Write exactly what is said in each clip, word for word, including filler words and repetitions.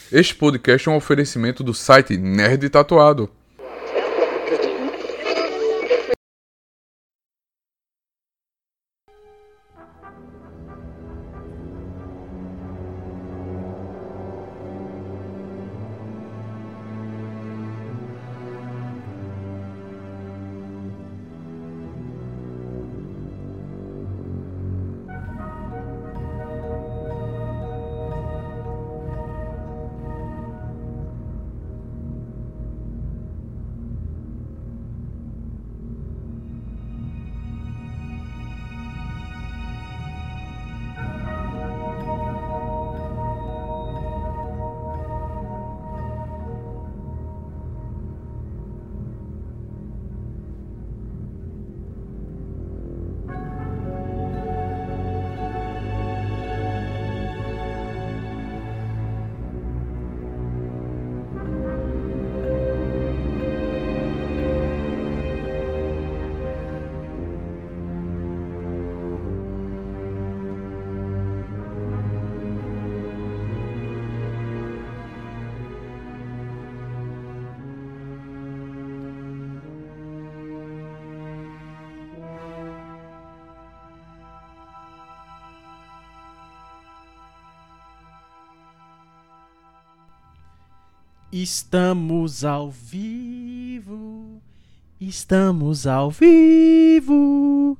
Este podcast é um oferecimento do site Nerd Tatuado. Estamos ao vivo, estamos ao vivo.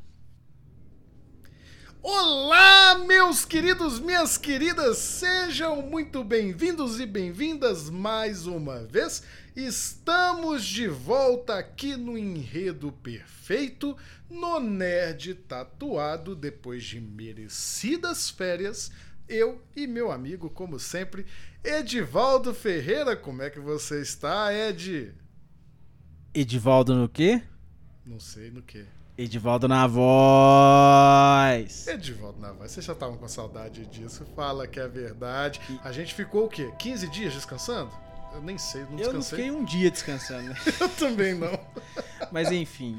Olá, meus queridos, minhas queridas, sejam muito bem-vindos e bem-vindas mais uma vez. Estamos de volta aqui no Enredo Perfeito, no Nerd Tatuado, depois de merecidas férias. Eu e meu amigo, como sempre, Edivaldo Ferreira. Como é que você está, Ed? Edivaldo no quê? Não sei no quê. Edivaldo na voz. Edivaldo na voz. Vocês já estavam com saudade disso. Fala que é verdade. A gente ficou o quê? quinze dias descansando? Eu nem sei, não descansei. Eu não fiquei um dia descansando, né? Eu também não. Mas enfim,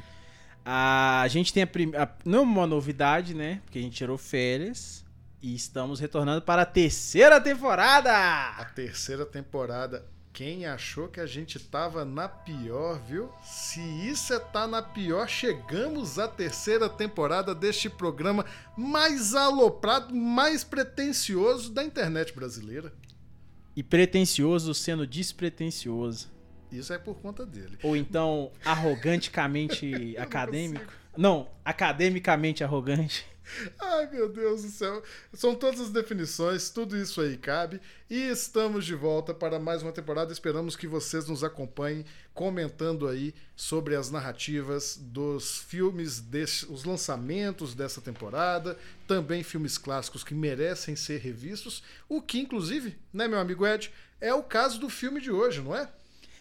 a gente tem a primeira... Não é uma novidade, né? Porque a gente tirou férias. E estamos retornando para a terceira temporada! A terceira temporada. Quem achou que a gente tava na pior, viu? Se isso é tá na pior, chegamos à terceira temporada deste programa mais aloprado, mais pretensioso da internet brasileira. E pretensioso sendo despretensiooso. Isso é por conta dele. Ou então, arroganticamente acadêmico. Não, academicamente arrogante. Ai, meu Deus do céu. São todas as definições, tudo isso aí cabe. E estamos de volta para mais uma temporada. Esperamos que vocês nos acompanhem comentando aí sobre as narrativas dos filmes, desse, os lançamentos dessa temporada. Também filmes clássicos que merecem ser revistos. O que, inclusive, né, meu amigo Ed, é o caso do filme de hoje, não é?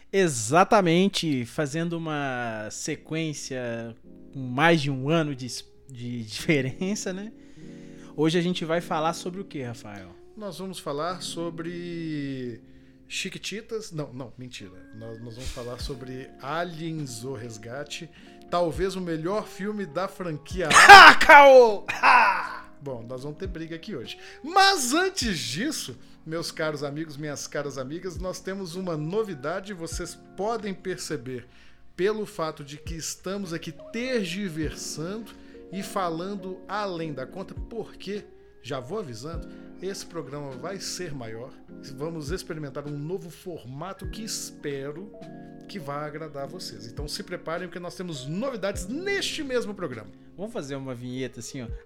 Exatamente. Fazendo uma sequência com mais de um ano de de diferença, né? Hoje a gente vai falar sobre o que, Rafael? Nós vamos falar sobre Chiquititas. Não, não, mentira. Nós, nós vamos falar sobre Aliens: O Resgate. Talvez o melhor filme da franquia. Ah, caô! Bom, nós vamos ter briga aqui hoje. Mas antes disso, meus caros amigos, minhas caras amigas, nós temos uma novidade. Vocês podem perceber pelo fato de que estamos aqui tergiversando e falando além da conta, porque, já vou avisando, esse programa vai ser maior. Vamos experimentar um novo formato que espero que vá agradar a vocês. Então se preparem, porque nós temos novidades neste mesmo programa. Vamos fazer uma vinheta assim, ó.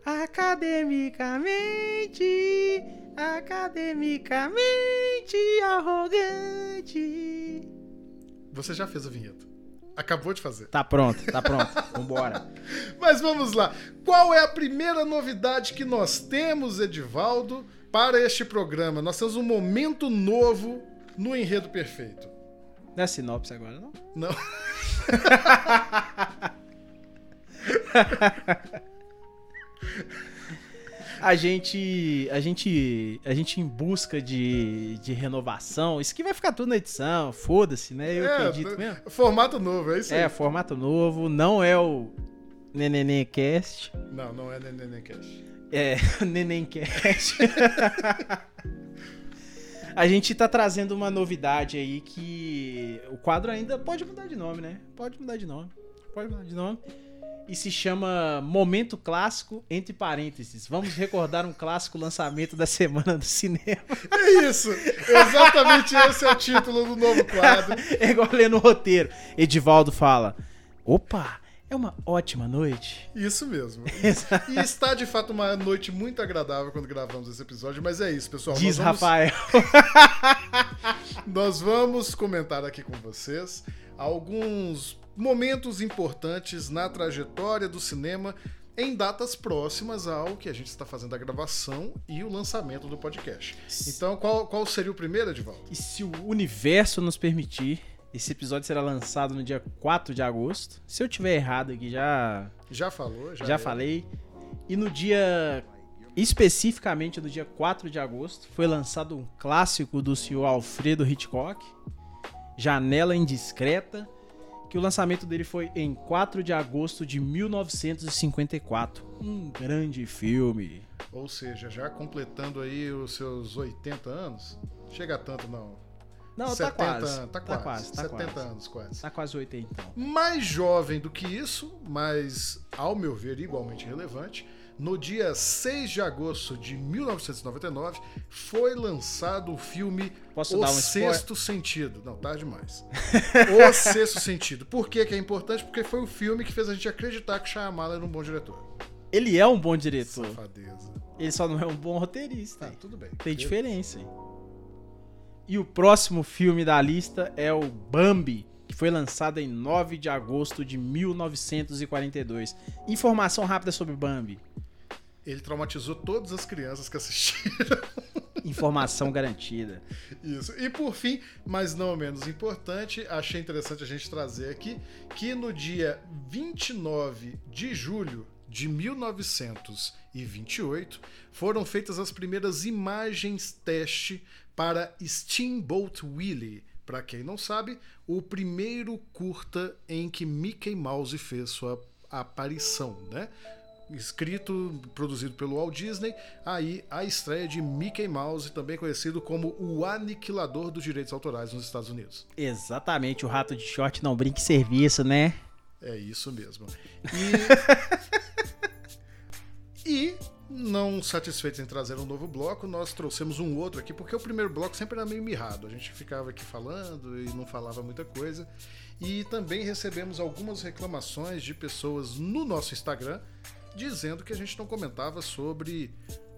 Academicamente, academicamente arrogante. Você já fez a vinheta. Acabou de fazer. Tá pronto, tá pronto. Vambora. Mas vamos lá. Qual é a primeira novidade que nós temos, Edivaldo, para este programa? Nós temos um momento novo no Enredo Perfeito. Não é sinopse agora, não? Não. A gente, a gente, a gente em busca de, de renovação, isso aqui vai ficar tudo na edição, foda-se, né? Eu é, acredito mesmo. Formato novo, é isso aí. É, formato novo, não é o Nenencast. Não, não é Nenencast. É, Nenencast. A gente tá trazendo uma novidade aí que o quadro ainda pode mudar de nome, né? Pode mudar de nome. Pode mudar de nome. E se chama Momento Clássico, entre parênteses. Vamos recordar um clássico lançamento da semana do cinema. É isso. Exatamente esse é o título do novo quadro. É igual lendo o roteiro. Edivaldo fala: opa, é uma ótima noite. Isso mesmo. E está de fato uma noite muito agradável quando gravamos esse episódio, mas é isso, pessoal. Diz nós vamos... Rafael. Nós vamos comentar aqui com vocês alguns momentos importantes na trajetória do cinema em datas próximas ao que a gente está fazendo a gravação e o lançamento do podcast. Então, qual, qual seria o primeiro, Edivaldo? E se o universo nos permitir, esse episódio será lançado no dia quatro de agosto. Se eu tiver errado aqui, já... Já falou, já Já é. falei. E no dia... Especificamente no dia quatro de agosto, foi lançado um clássico do senhor Alfredo Hitchcock, Janela Indiscreta, que o lançamento dele foi em quatro de agosto de mil novecentos e cinquenta e quatro. Um grande filme. Ou seja, já completando aí os seus oitenta anos. Chega a tanto, não. Não, setenta, tá quase. Tá Tá quase. quase, tá setenta quase. anos quase. Tá quase oitenta, então. Mais jovem do que isso, mas, ao meu ver, igualmente relevante, no dia seis de agosto de mil novecentos e noventa e nove, foi lançado o filme Posso O dar um spoiler? Sexto Sentido. Não, tarde demais. O Sexto Sentido. Por que que é importante? Porque foi o filme que fez a gente acreditar que Shyamalan era um bom diretor. Ele é um bom diretor. Safadeza. Ele só não é um bom roteirista. Tá, tudo bem. Tem diferença aí. E o próximo filme da lista é o Bambi, que foi lançado em nove de agosto de mil novecentos e quarenta e dois. Informação rápida sobre Bambi. Ele traumatizou todas as crianças que assistiram. Informação garantida. Isso. E por fim, mas não menos importante, achei interessante a gente trazer aqui que no dia vinte e nove de julho de mil novecentos e vinte e oito foram feitas as primeiras imagens teste para Steamboat Willie. Para quem não sabe, o primeiro curta em que Mickey Mouse fez sua aparição, né? Escrito, produzido pelo Walt Disney, aí a estreia de Mickey Mouse, também conhecido como o aniquilador dos direitos autorais nos Estados Unidos. Exatamente, o rato de short não brinca em serviço, né? É isso mesmo. E, e não satisfeitos em trazer um novo bloco, nós trouxemos um outro aqui, porque o primeiro bloco sempre era meio mirrado, a gente ficava aqui falando e não falava muita coisa. E também recebemos algumas reclamações de pessoas no nosso Instagram, dizendo que a gente não comentava sobre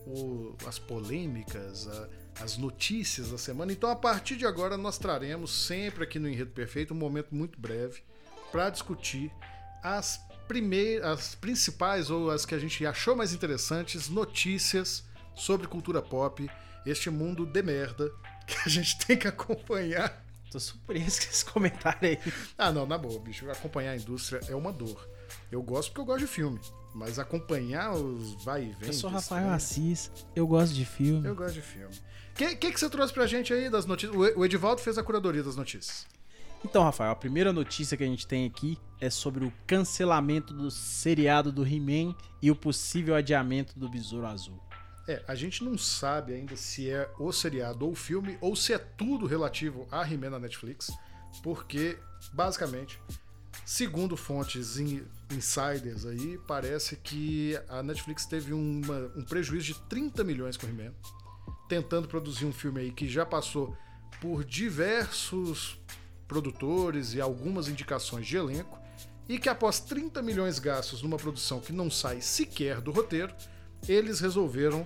o, as polêmicas, a, as notícias da semana. Então, a partir de agora, nós traremos sempre aqui no Enredo Perfeito um momento muito breve para discutir as, primeiras, as principais ou as que a gente achou mais interessantes notícias sobre cultura pop, este mundo de merda que a gente tem que acompanhar. Tô surpreso com esse comentário aí. Ah, não, na boa, bicho. Acompanhar a indústria é uma dor. Eu gosto porque eu gosto de filme. Mas acompanhar os vai e vem... Eu sou desse Rafael trem, Assis, eu gosto de filme. Eu gosto de filme. O que, que, que você trouxe pra gente aí das notícias? O Edivaldo fez a curadoria das notícias. Então, Rafael, a primeira notícia que a gente tem aqui é sobre o cancelamento do seriado do He-Man e o possível adiamento do Besouro Azul. É, a gente não sabe ainda se é o seriado ou o filme, ou se é tudo relativo a He-Man na Netflix, porque, basicamente, segundo fontes in, insiders aí, parece que a Netflix teve uma, um prejuízo de trinta milhões com He-Man, tentando produzir um filme aí que já passou por diversos produtores e algumas indicações de elenco, e que após trinta milhões gastos numa produção que não sai sequer do roteiro, eles resolveram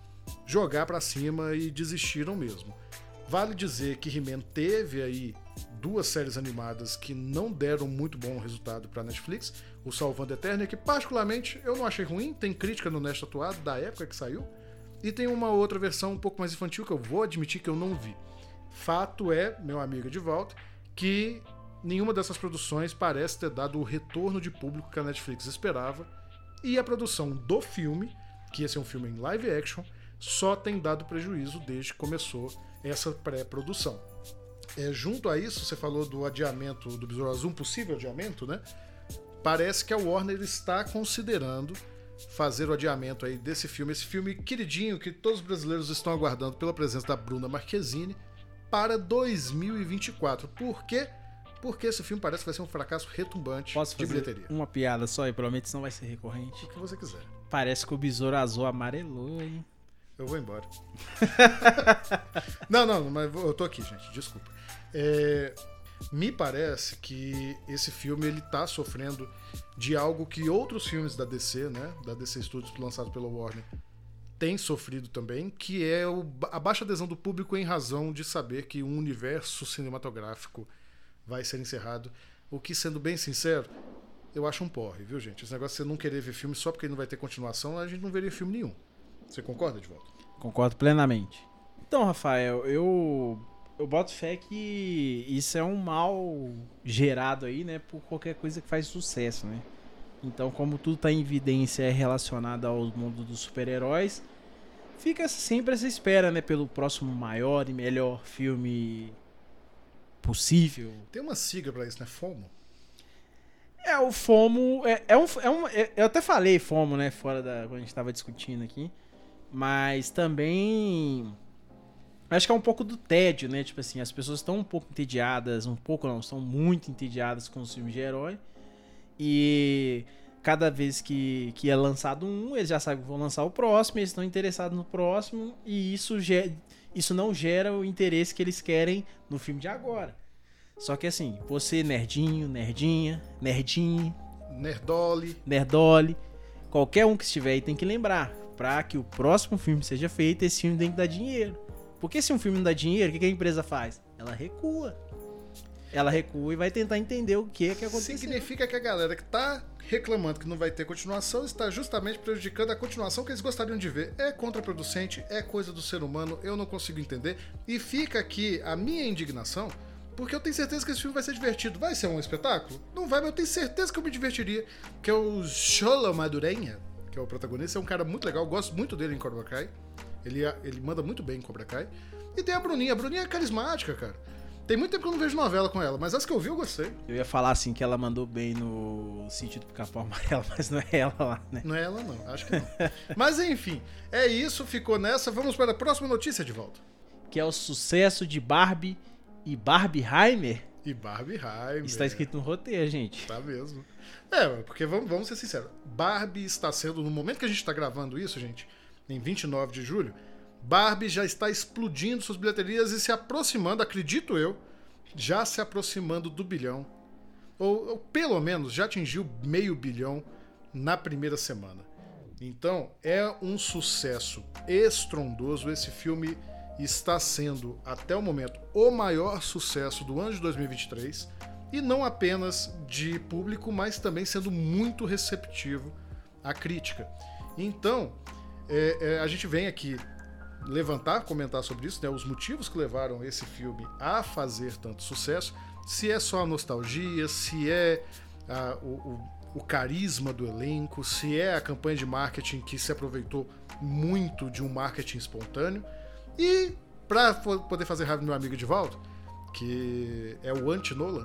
jogar pra cima e desistiram mesmo. Vale dizer que He-Man teve aí duas séries animadas que não deram muito bom resultado pra Netflix, o Salvando Eternia, que particularmente eu não achei ruim, tem crítica no Nest Atuado da época que saiu, e tem uma outra versão um pouco mais infantil que eu vou admitir que eu não vi. Fato é, meu amigo de volta, que nenhuma dessas produções parece ter dado o retorno de público que a Netflix esperava, e a produção do filme, que esse é um filme em live action, só tem dado prejuízo desde que começou essa pré-produção. É, junto a isso, você falou do adiamento do Besouro Azul, um possível adiamento, né? Parece que a Warner está considerando fazer o adiamento aí desse filme, esse filme queridinho que todos os brasileiros estão aguardando pela presença da Bruna Marquezine para dois mil e vinte e quatro. Por quê? Porque esse filme parece que vai ser um fracasso retumbante Posso de fazer bilheteria. uma piada só e provavelmente isso não vai ser recorrente? O que você quiser. Parece que o Besouro Azul amarelou, hein? Eu vou embora. não, não, mas eu tô aqui, gente. Desculpa. É, me parece que esse filme ele tá sofrendo de algo que outros filmes da D C, né? Da D C Studios lançados pela Warner, têm sofrido também, que é o, a baixa adesão do público em razão de saber que um universo cinematográfico vai ser encerrado. O que, sendo bem sincero, eu acho um porre, viu, gente? Esse negócio de você não querer ver filme só porque não vai ter continuação, a gente não veria filme nenhum. Você concorda, Edvaldo? Concordo plenamente. Então, Rafael, eu, eu boto fé que isso é um mal gerado aí, né, por qualquer coisa que faz sucesso, né? Então, como tudo tá em evidência é relacionado ao mundo dos super-heróis, fica sempre essa espera, né, pelo próximo maior e melhor filme possível. Tem uma sigla pra isso, né? FOMO? É, o FOMO... É, é um, é um, é, eu até falei FOMO, né? Fora da... Quando a gente tava discutindo aqui. Mas também... Acho que é um pouco do tédio, né? Tipo assim, as pessoas estão um pouco entediadas. Um pouco não, estão muito entediadas com os filmes de herói. E... Cada vez que, que é lançado um, eles já sabem que vão lançar o próximo. Eles estão interessados no próximo. E isso gera... Isso não gera o interesse que eles querem no filme de agora. Só que assim, você nerdinho, nerdinha, nerdinho, Nerdole, nerdole, qualquer um que estiver aí tem que lembrar, pra que o próximo filme seja feito, esse filme tem que dar dinheiro. Porque se um filme não dá dinheiro, o que a empresa faz? Ela recua. Ela recua e vai tentar entender o que é que aconteceu. Significa que a galera que tá reclamando que não vai ter continuação está justamente prejudicando a continuação que eles gostariam de ver. É contraproducente, é coisa do ser humano, eu não consigo entender. E fica aqui a minha indignação, porque eu tenho certeza que esse filme vai ser divertido. Vai ser um espetáculo? Não vai, mas eu tenho certeza que eu me divertiria. Que é o Xolo Madureña, que é o protagonista, é um cara muito legal, eu gosto muito dele em Cobra Kai. Ele, ele manda muito bem em Cobra Kai. E tem a Bruninha, a Bruninha é carismática, cara. Tem muito tempo que eu não vejo novela com ela, mas as que eu vi eu gostei. Eu ia falar assim que ela mandou bem no Sítio do Pica-Pau Amarelo, mas não é ela lá, né? Não é ela não, acho que não. Mas enfim, é isso, ficou nessa. Vamos para a próxima notícia de volta. Que é o sucesso de Barbie e Barbieheimer. E Barbieheimer. Está escrito no roteiro, gente. Tá mesmo. É, porque vamos, vamos ser sinceros. Barbie está sendo, no momento que a gente está gravando isso, gente, em vinte e nove de julho, Barbie já está explodindo suas bilheterias e se aproximando, acredito eu, já se aproximando do bilhão. Ou, ou pelo menos já atingiu meio bilhão na primeira semana. Então é um sucesso estrondoso. Esse filme está sendo, até o momento, o maior sucesso do ano de dois mil e vinte e três. E não apenas de público, mas também sendo muito receptivo à crítica. Então, é, é, a gente vem aqui levantar, comentar sobre isso, né, os motivos que levaram esse filme a fazer tanto sucesso, se é só a nostalgia, se é a, o, o, o carisma do elenco, se é a campanha de marketing que se aproveitou muito de um marketing espontâneo. E para poder fazer raiva do meu amigo Edivaldo, que é o anti-Nolan,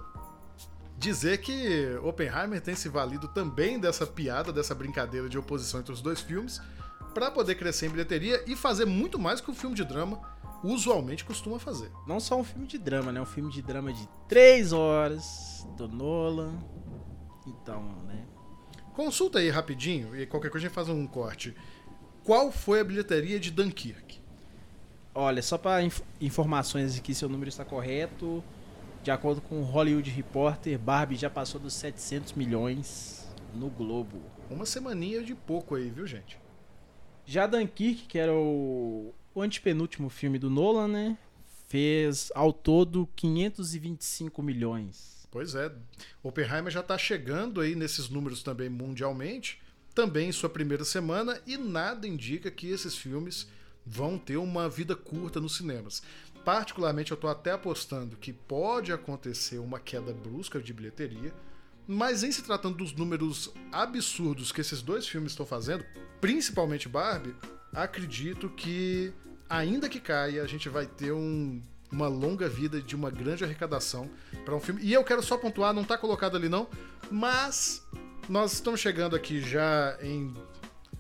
dizer que Oppenheimer tem se valido também dessa piada, dessa brincadeira de oposição entre os dois filmes, para poder crescer em bilheteria e fazer muito mais que o filme de drama usualmente costuma fazer. Não só um filme de drama, né? Um filme de drama de três horas, do Nolan. Então, né? Consulta aí rapidinho, e qualquer coisa a gente faz um corte. Qual foi a bilheteria de Dunkirk? Olha, só para inf- informações aqui, seu número está correto. De acordo com o Hollywood Reporter, Barbie já passou dos setecentos milhões no globo. Uma semaninha de pouco aí, viu, gente? Já Dunkirk, que era o, o antepenúltimo filme do Nolan, né? Fez ao todo quinhentos e vinte e cinco milhões. Pois é. Oppenheimer já está chegando aí nesses números também mundialmente, também em sua primeira semana, e nada indica que esses filmes vão ter uma vida curta nos cinemas. Particularmente, eu estou até apostando que pode acontecer uma queda brusca de bilheteria, mas em se tratando dos números absurdos que esses dois filmes estão fazendo, principalmente Barbie, acredito que, ainda que caia, a gente vai ter um, uma longa vida de uma grande arrecadação para um filme. E eu quero só pontuar, não está colocado ali não, mas nós estamos chegando aqui já em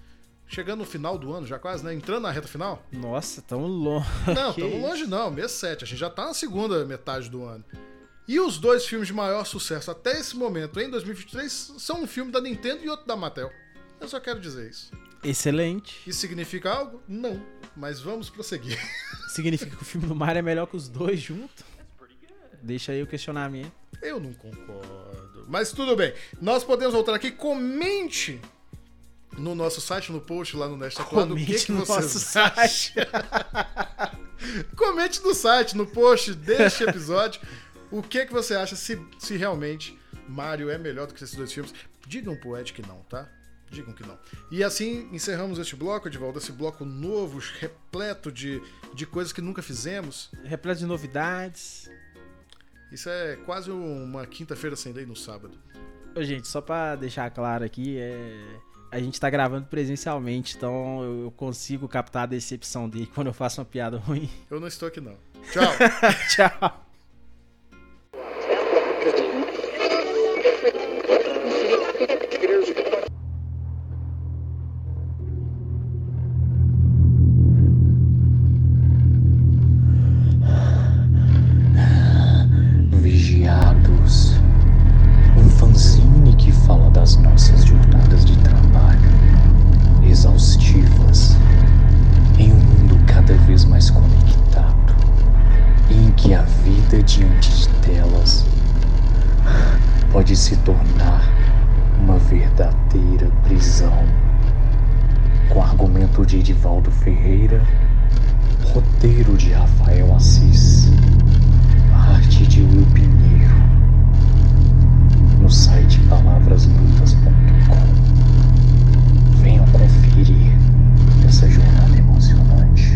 Chegando no final do ano já quase, né? Entrando na reta final. Nossa, tão longe. Não, tamo longe não, mês sete. A gente já tá na segunda metade do ano. E os dois filmes de maior sucesso até esse momento, em dois mil e vinte e três, são um filme da Nintendo e outro da Mattel. Eu só quero dizer isso. Excelente. Isso significa algo? Não. Mas vamos prosseguir. Significa que o filme do Mario é melhor que os dois juntos? Deixa aí o questionamento. Eu não concordo. Mas tudo bem. Nós podemos voltar aqui. Comente no nosso site, no post lá no Nerd Tatuado, o que, que no vocês nosso site. Comente no site, no post deste episódio, o que, que você acha, se, se realmente Mario é melhor do que esses dois filmes. Digam pro Ed que não, tá? Digam que não. E assim encerramos este bloco, Edivaldo, esse bloco novo, repleto de, de coisas que nunca fizemos. Repleto de novidades. Isso é quase uma quinta-feira sem lei no sábado. Ô, gente, só pra deixar claro aqui, é... a gente tá gravando presencialmente, então eu consigo captar a decepção dele quando eu faço uma piada ruim. Eu não estou aqui, não. Tchau. Tchau. Vigiados. Um fanzine que fala das nossas jornadas de trabalho, exaustivas, em um mundo cada vez mais conectado, em que a vida diante de telas pode se tornar uma verdadeira prisão. Com argumento de Edivaldo Ferreira, roteiro de Rafael Assis, arte de Will Pinheiro, no site palavras brutas ponto com. Venham conferir essa jornada emocionante.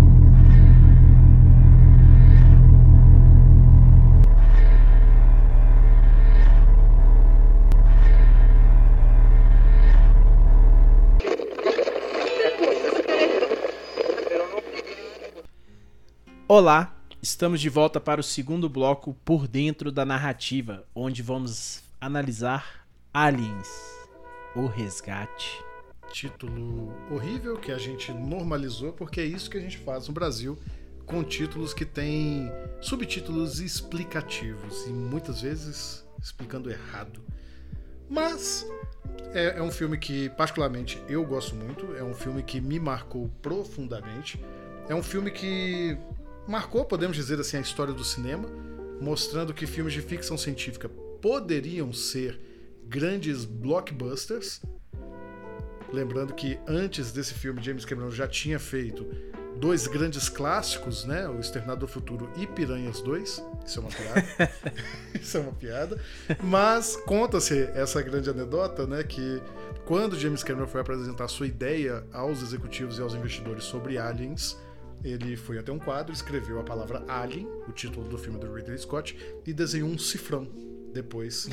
Olá, estamos de volta para o segundo bloco Por Dentro da Narrativa, onde vamos analisar Aliens, o Resgate. Título horrível que a gente normalizou, porque é isso que a gente faz no Brasil, com títulos que têm subtítulos explicativos e muitas vezes explicando errado. Mas é, é um filme que particularmente eu gosto muito, é um filme que me marcou profundamente, é um filme que marcou, podemos dizer assim, a história do cinema, mostrando que filmes de ficção científica poderiam ser grandes blockbusters. Lembrando que antes desse filme, James Cameron já tinha feito dois grandes clássicos, né? O Exterminador do Futuro e Piranhas dois. Isso é uma piada. Isso é uma piada. Mas conta-se essa grande anedota, né? Que quando James Cameron foi apresentar sua ideia aos executivos e aos investidores sobre aliens, ele foi até um quadro, escreveu a palavra Alien, o título do filme do Ridley Scott, e desenhou um cifrão depois,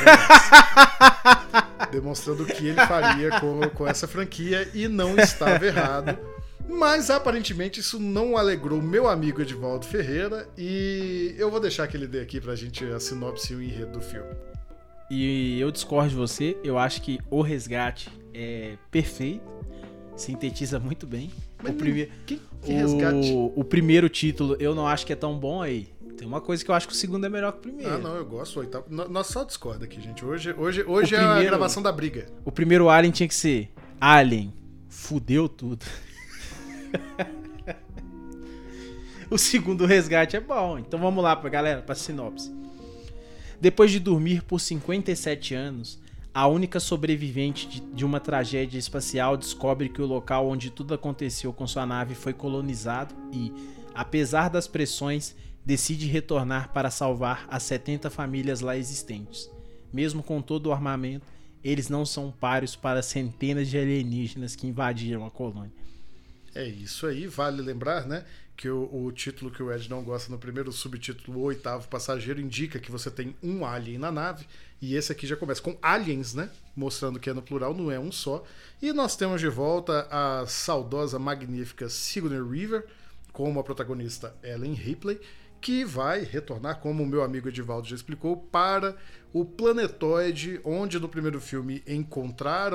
demonstrando o que ele faria com, com essa franquia, e não estava errado. Mas aparentemente isso não alegrou meu amigo Edivaldo Ferreira, e eu vou deixar que ele dê aqui pra gente a sinopse e o enredo do filme. E eu discordo de você, eu acho que O Resgate é perfeito, sintetiza muito bem. Mas o, prime... que, que resgate? o, o primeiro título eu não acho que é tão bom aí. Tem uma coisa que eu acho que o segundo é melhor que o primeiro. Ah, não, eu gosto. O oitavo... Nós só discorda aqui, gente. Hoje, hoje, hoje é primeiro... a gravação da briga. O primeiro Alien tinha que ser Alien, fudeu tudo. O segundo Resgate é bom. Então vamos lá, pra galera, pra sinopse. Depois de dormir por cinquenta e sete anos, a única sobrevivente de, de uma tragédia espacial descobre que o local onde tudo aconteceu com sua nave foi colonizado e, apesar das pressões, decide retornar para salvar as setenta famílias lá existentes. Mesmo com todo o armamento, eles não são páreos para centenas de alienígenas que invadiram a colônia. É isso aí, vale lembrar, né, que o, o título que o Ed não gosta no primeiro subtítulo, O Oitavo Passageiro, indica que você tem um alien na nave, e esse aqui já começa com aliens, né, mostrando que é no plural, não é um só. E nós temos de volta a saudosa, magnífica Sigourney Weaver, como a protagonista Ellen Ripley, que vai retornar, como o meu amigo Edivaldo já explicou, para o planetoide onde no primeiro filme encontraram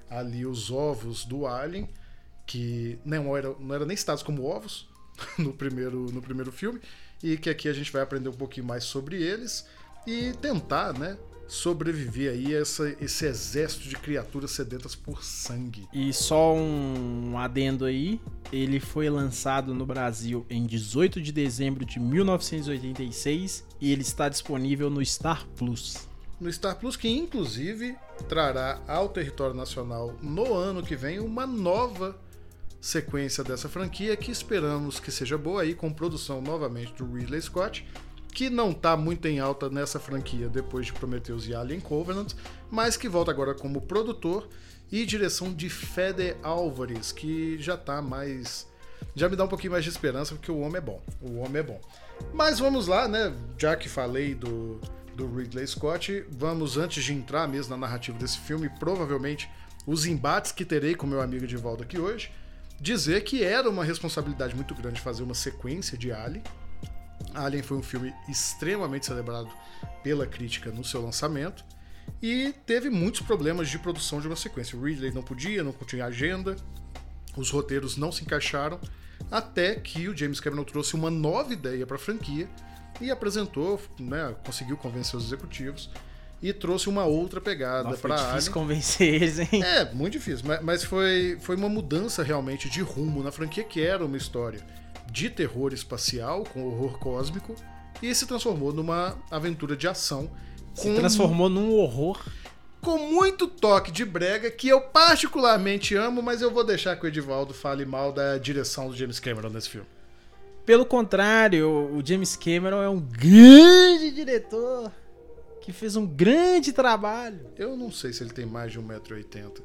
ali os ovos do Alien, que não era, não era nem citados como ovos no primeiro, no primeiro filme, e que aqui a gente vai aprender um pouquinho mais sobre eles e tentar, né, sobreviver aí a essa, esse exército de criaturas sedentas por sangue. E só um adendo aí, ele foi lançado no Brasil em dezoito de dezembro de mil novecentos e oitenta e seis e ele está disponível no Star Plus. No Star Plus, que inclusive trará ao território nacional no ano que vem uma nova sequência dessa franquia que esperamos que seja boa aí, com produção novamente do Ridley Scott, que não está muito em alta nessa franquia depois de Prometheus e Alien Covenant, mas que volta agora como produtor e direção de Fede Álvares, que já tá mais... já me dá um pouquinho mais de esperança, porque o homem é bom. O homem é bom. Mas vamos lá, né? Já que falei do, do Ridley Scott, vamos, antes de entrar mesmo na narrativa desse filme, provavelmente os embates que terei com meu amigo Edivaldo aqui hoje, dizer que era uma responsabilidade muito grande fazer uma sequência de Alien. Alien foi um filme extremamente celebrado pela crítica no seu lançamento e teve muitos problemas de produção de uma sequência. O Ridley não podia, não tinha agenda, os roteiros não se encaixaram, até que o James Cameron trouxe uma nova ideia para a franquia e apresentou, né, conseguiu convencer os executivos e trouxe uma outra pegada para Alien. Foi difícil convencer eles, hein? É, muito difícil, mas foi, foi uma mudança realmente de rumo na franquia, que era uma história de terror espacial, com horror cósmico, e se transformou numa aventura de ação. Se com... transformou num horror. Com muito toque de brega, que eu particularmente amo, mas eu vou deixar que o Edivaldo fale mal da direção do James Cameron nesse filme. Pelo contrário, o James Cameron é um grande diretor que fez um grande trabalho. Eu não sei se ele tem mais de um metro e oitenta.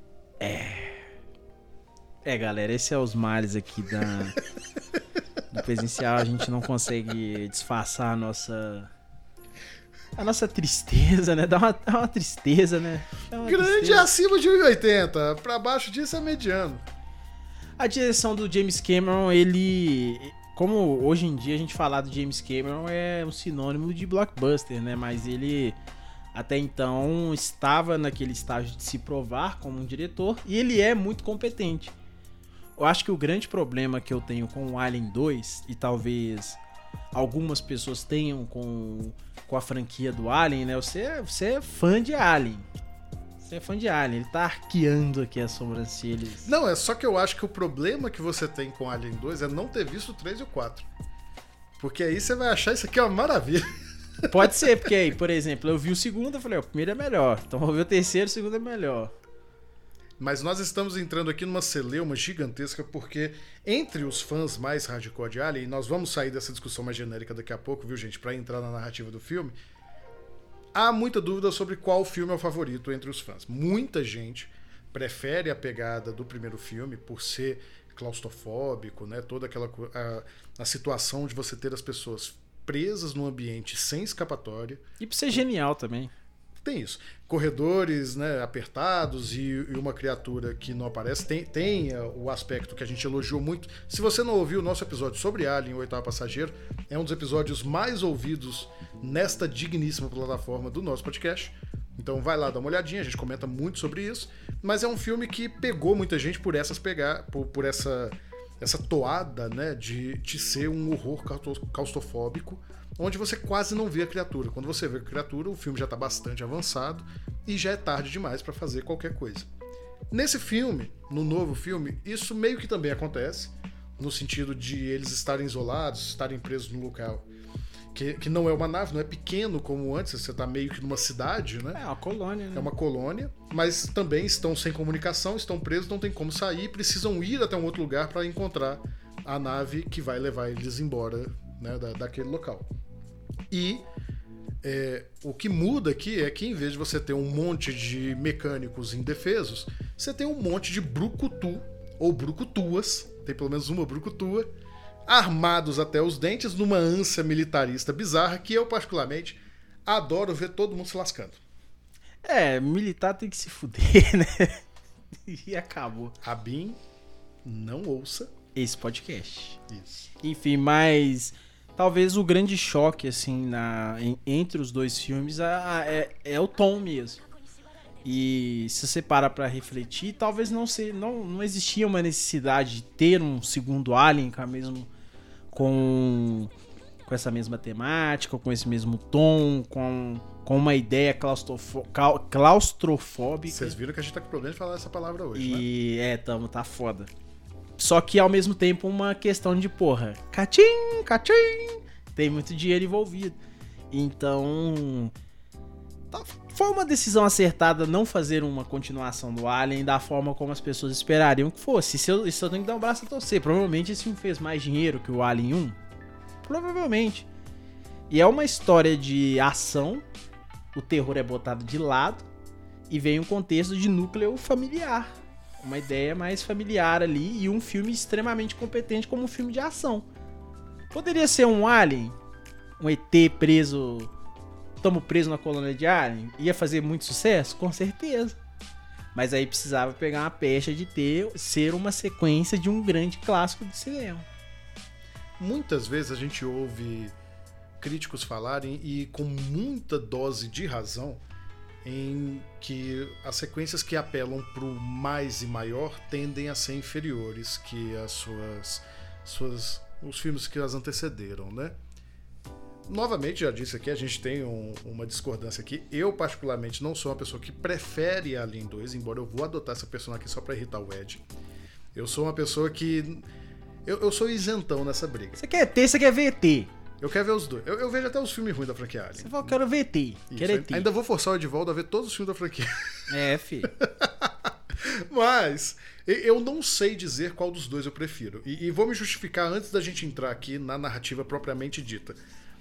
É... É, galera, esse é os males aqui da... do presencial. A gente não consegue disfarçar a nossa... A nossa tristeza, né? Dá uma, dá uma tristeza, né? Uma Grande tristeza. É acima de um e oitenta. Pra baixo disso é mediano. A direção do James Cameron, ele... Como hoje em dia a gente falar do James Cameron é um sinônimo de blockbuster, né? Mas ele... Até então estava naquele estágio de se provar como um diretor. E ele é muito competente. Eu acho que o grande problema que eu tenho com o Alien dois, e talvez algumas pessoas tenham com, com a franquia do Alien, né? Você, você é fã de Alien. Você é fã de Alien. Ele tá arqueando aqui as sobrancelhas. Não, é só que eu acho que o problema que você tem com Alien dois é não ter visto o três e o quatro. Porque aí você vai achar isso aqui uma maravilha. Pode ser, porque aí, por exemplo, eu vi o segundo e falei, ó, o primeiro é melhor. Então vou ver o terceiro, o segundo é melhor. Mas nós estamos entrando aqui numa celeuma gigantesca, porque entre os fãs mais hardcore de Alien, nós vamos sair dessa discussão mais genérica daqui a pouco, viu, gente, pra entrar na narrativa do filme, há muita dúvida sobre qual filme é o favorito entre os fãs. Muita gente prefere a pegada do primeiro filme por ser claustrofóbico, né, toda aquela a, a situação de você ter as pessoas presas num ambiente sem escapatória. E por ser genial também. Tem isso. Corredores, né, apertados e, e uma criatura que não aparece. Tem, tem uh, o aspecto que a gente elogiou muito. Se você não ouviu o nosso episódio sobre Alien, o Oitavo Passageiro, é um dos episódios mais ouvidos nesta digníssima plataforma do nosso podcast. Então vai lá dar uma olhadinha, a gente comenta muito sobre isso. Mas é um filme que pegou muita gente por essas pegar, por, por essa, essa toada, né, de, de ser um horror claustrofóbico, onde você quase não vê a criatura. Quando você vê a criatura, o filme já está bastante avançado e já é tarde demais para fazer qualquer coisa. Nesse filme, no novo filme, isso meio que também acontece, no sentido de eles estarem isolados, estarem presos num local que, que não é uma nave, não é pequeno como antes, você está meio que numa cidade, né? É uma colônia, né? É uma colônia, mas também estão sem comunicação, estão presos, não tem como sair, precisam ir até um outro lugar para encontrar a nave que vai levar eles embora, né, da, daquele local. E é, o que muda aqui é que em vez de você ter um monte de mecânicos indefesos, você tem um monte de brucutu, ou brucutuas, tem pelo menos uma brucutua, armados até os dentes numa ânsia militarista bizarra que eu particularmente adoro ver todo mundo se lascando. É, militar tem que se fuder, né? E acabou. Rabin, não ouça esse podcast. Isso. Enfim, mas... Talvez o grande choque, assim, na, em, entre os dois filmes a, a, é, é o tom mesmo. E se você para pra refletir, talvez não, se, não, não existia uma necessidade de ter um segundo Alien com, a mesmo, com, com essa mesma temática, com esse mesmo tom, com, com uma ideia claustrofo, claustrofóbica. Vocês viram que a gente tá com problema de falar essa palavra hoje, e, né? É, tamo, tá foda. Só que ao mesmo tempo uma questão de, porra, catim, catim, tem muito dinheiro envolvido. Então... foi uma decisão acertada não fazer uma continuação do Alien da forma como as pessoas esperariam que fosse. Isso eu, isso eu tenho que dar um braço a torcer. Provavelmente esse filme fez mais dinheiro que o Alien um. Provavelmente. E é uma história de ação. O terror é botado de lado. E vem um contexto de núcleo familiar. Uma ideia mais familiar ali. E um filme extremamente competente como um filme de ação. Poderia ser um Alien. Um E T preso... Tamo preso na colônia de Alien, ia fazer muito sucesso? Com certeza. Mas aí precisava pegar uma pecha de ter, ser uma sequência de um grande clássico de cinema. Muitas vezes a gente ouve críticos falarem, e com muita dose de razão, em que as sequências que apelam para o mais e maior tendem a ser inferiores que as suas, suas os filmes que as antecederam, né? Novamente, já disse aqui, a gente tem um, uma discordância aqui. Eu, particularmente, não sou uma pessoa que prefere Alien dois, embora eu vou adotar essa pessoa aqui só pra irritar o Ed. Eu sou uma pessoa que... Eu, eu sou isentão nessa briga. Você quer E T, você quer ver E T. Eu quero ver os dois. Eu, eu vejo até os filmes ruins da franquia Alien. Você fala, eu quero ver E T. Quero E T. Ainda vou forçar o Edivaldo a ver todos os filmes da franquia. É, filho. Mas eu não sei dizer qual dos dois eu prefiro. E, e vou me justificar antes da gente entrar aqui na narrativa propriamente dita.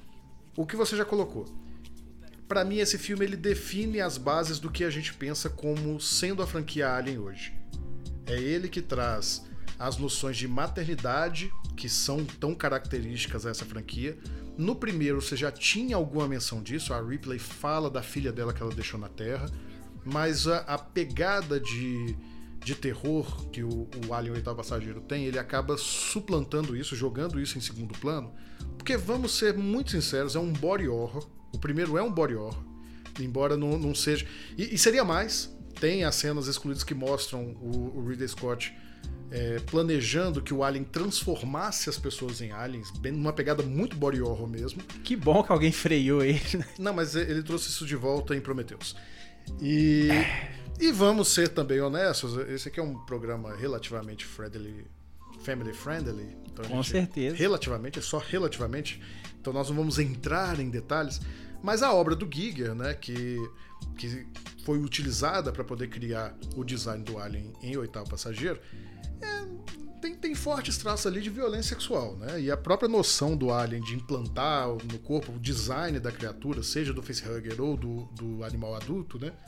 O que você já colocou. Pra mim, esse filme ele define as bases do que a gente pensa como sendo a franquia Alien hoje. É ele que traz as noções de maternidade que são tão características a essa franquia. No primeiro, você já tinha alguma menção disso. A Ripley fala da filha dela que ela deixou na Terra. Mas a, a pegada de, de terror que o, o Alien Oitavo Passageiro tem, ele acaba suplantando isso, jogando isso em segundo plano. Porque, vamos ser muito sinceros, é um body horror. O primeiro é um body horror, embora não, não seja... E, e seria mais. Tem as cenas excluídas que mostram o, o Ridley Scott é, planejando que o Alien transformasse as pessoas em aliens, bem numa pegada muito body horror mesmo. Que bom que alguém freou ele. Não, mas ele trouxe isso de volta em Prometheus. E, e vamos ser também honestos, esse aqui é um programa relativamente friendly, family friendly. Então Com certeza. Relativamente, é só relativamente. Então nós não vamos entrar em detalhes. Mas a obra do Giger, né, que, que foi utilizada para poder criar o design do Alien em Oitavo Passageiro, é, tem, tem fortes traços ali de violência sexual, né? E a própria noção do Alien de implantar no corpo o design da criatura, seja do facehugger ou do, do animal adulto, né?